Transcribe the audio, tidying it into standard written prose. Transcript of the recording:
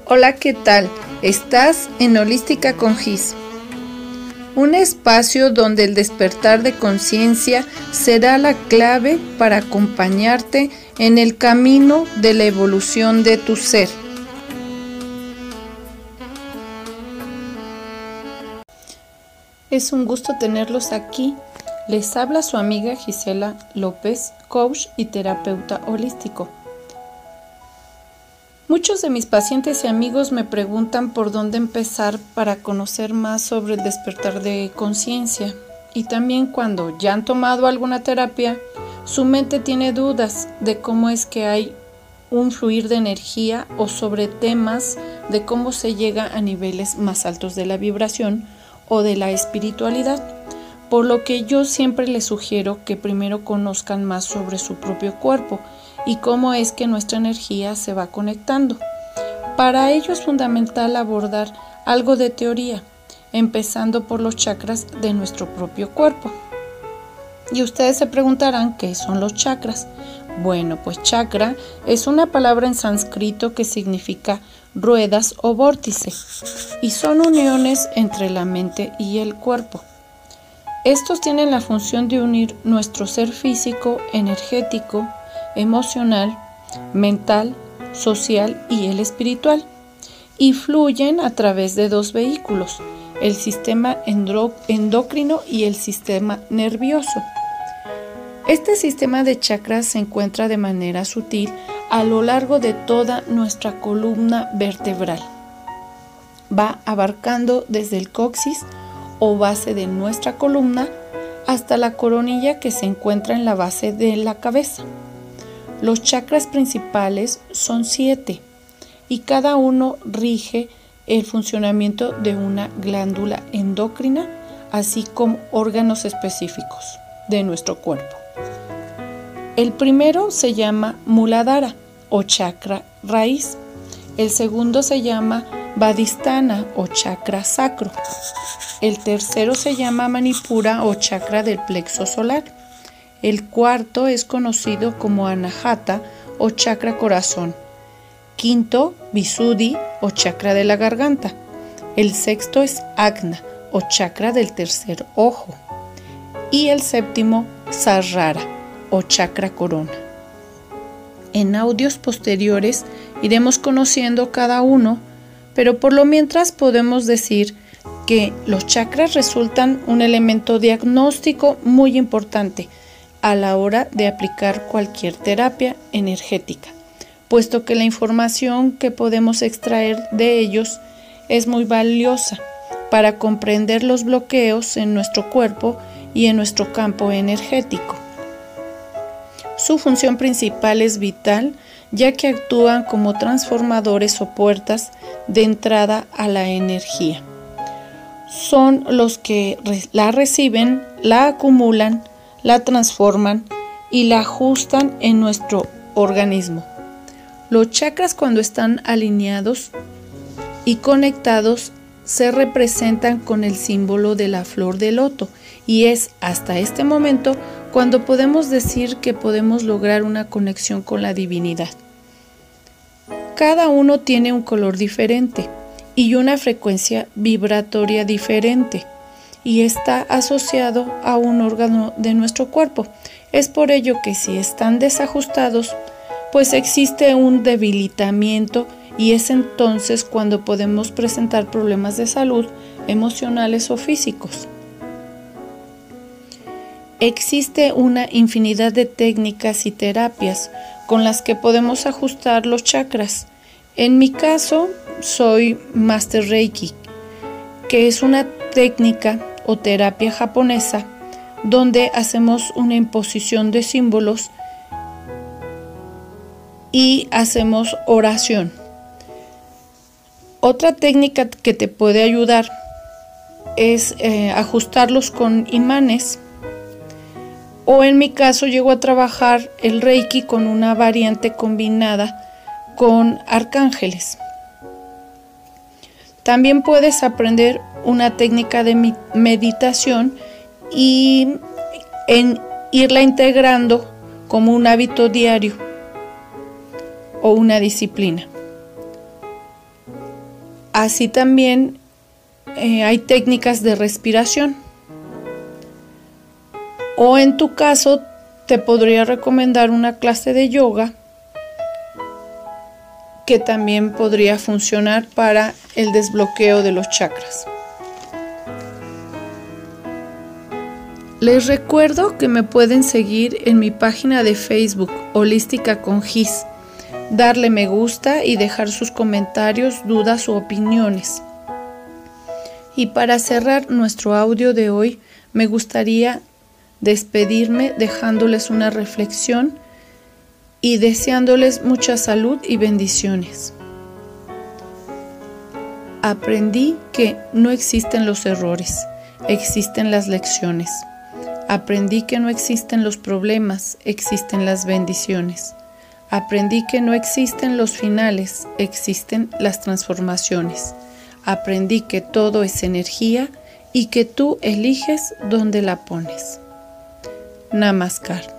Hola, ¿qué tal? Estás en Holística con Gis, un espacio donde el despertar de conciencia será la clave para acompañarte en el camino de la evolución de tu ser. Es un gusto tenerlos aquí. Les habla su amiga Gisela López, coach y terapeuta holístico. Muchos de mis pacientes y amigos me preguntan por dónde empezar para conocer más sobre el despertar de conciencia, y también cuando ya han tomado alguna terapia, su mente tiene dudas de cómo es que hay un fluir de energía o sobre temas de cómo se llega a niveles más altos de la vibración o de la espiritualidad, por lo que yo siempre les sugiero que primero conozcan más sobre su propio cuerpo y cómo es que nuestra energía se va conectando. Para ello es fundamental abordar algo de teoría, empezando por los chakras de nuestro propio cuerpo. Y ustedes se preguntarán qué son los chakras. Bueno, pues chakra es una palabra en sánscrito que significa ruedas o vórtice, y son uniones entre la mente y el cuerpo. Estos tienen la función de unir nuestro ser físico, energético, emocional, mental, social y el espiritual, y fluyen a través de dos vehículos, el sistema endocrino y el sistema nervioso. Este sistema de chakras se encuentra de manera sutil a lo largo de toda nuestra columna vertebral. Va abarcando desde el coxis o base de nuestra columna hasta la coronilla que se encuentra en la base de la cabeza. Los chakras principales son 7 y cada uno rige el funcionamiento de una glándula endocrina, así como órganos específicos de nuestro cuerpo. El primero se llama Muladhara o chakra raíz. El segundo se llama Vadhisthana o chakra sacro. El tercero se llama Manipura o chakra del plexo solar. El cuarto es conocido como Anahata o chakra corazón. Quinto, Visuddhi o chakra de la garganta. El sexto es Ajna o chakra del tercer ojo. Y el séptimo, Sahasrara o chakra corona. En audios posteriores iremos conociendo cada uno, pero por lo mientras podemos decir que los chakras resultan un elemento diagnóstico muy importante a la hora de aplicar cualquier terapia energética, puesto que la información que podemos extraer de ellos es muy valiosa para comprender los bloqueos en nuestro cuerpo y en nuestro campo energético. Su función principal es vital, ya que actúan como transformadores o puertas de entrada a la energía. Son los que la reciben, la acumulan, la transforman y la ajustan en nuestro organismo. Los chakras, cuando están alineados y conectados, se representan con el símbolo de la flor de loto, y es hasta este momento cuando podemos decir que podemos lograr una conexión con la divinidad. Cada uno tiene un color diferente y una frecuencia vibratoria diferente, y está asociado a un órgano de nuestro cuerpo. Es por ello que si están desajustados, pues existe un debilitamiento, y es entonces cuando podemos presentar problemas de salud, emocionales o físicos. Existe una infinidad de técnicas y terapias con las que podemos ajustar los chakras. En mi caso, soy Master Reiki, que es una técnica o terapia japonesa donde hacemos una imposición de símbolos y hacemos oración. Otra técnica que te puede ayudar es ajustarlos con imanes, o en mi caso llego a trabajar el Reiki con una variante combinada con arcángeles. También puedes aprender una técnica de meditación y irla integrando como un hábito diario o una disciplina. Así también hay técnicas de respiración. O en tu caso, te podría recomendar una clase de yoga que también podría funcionar para el desbloqueo de los chakras. Les recuerdo que me pueden seguir en mi página de Facebook, Holística con Gis, darle me gusta y dejar sus comentarios, dudas u opiniones. Y para cerrar nuestro audio de hoy, me gustaría despedirme dejándoles una reflexión y deseándoles mucha salud y bendiciones. Aprendí que no existen los errores, existen las lecciones. Aprendí que no existen los problemas, existen las bendiciones. Aprendí que no existen los finales, existen las transformaciones. Aprendí que todo es energía y que tú eliges dónde la pones. Namaskar.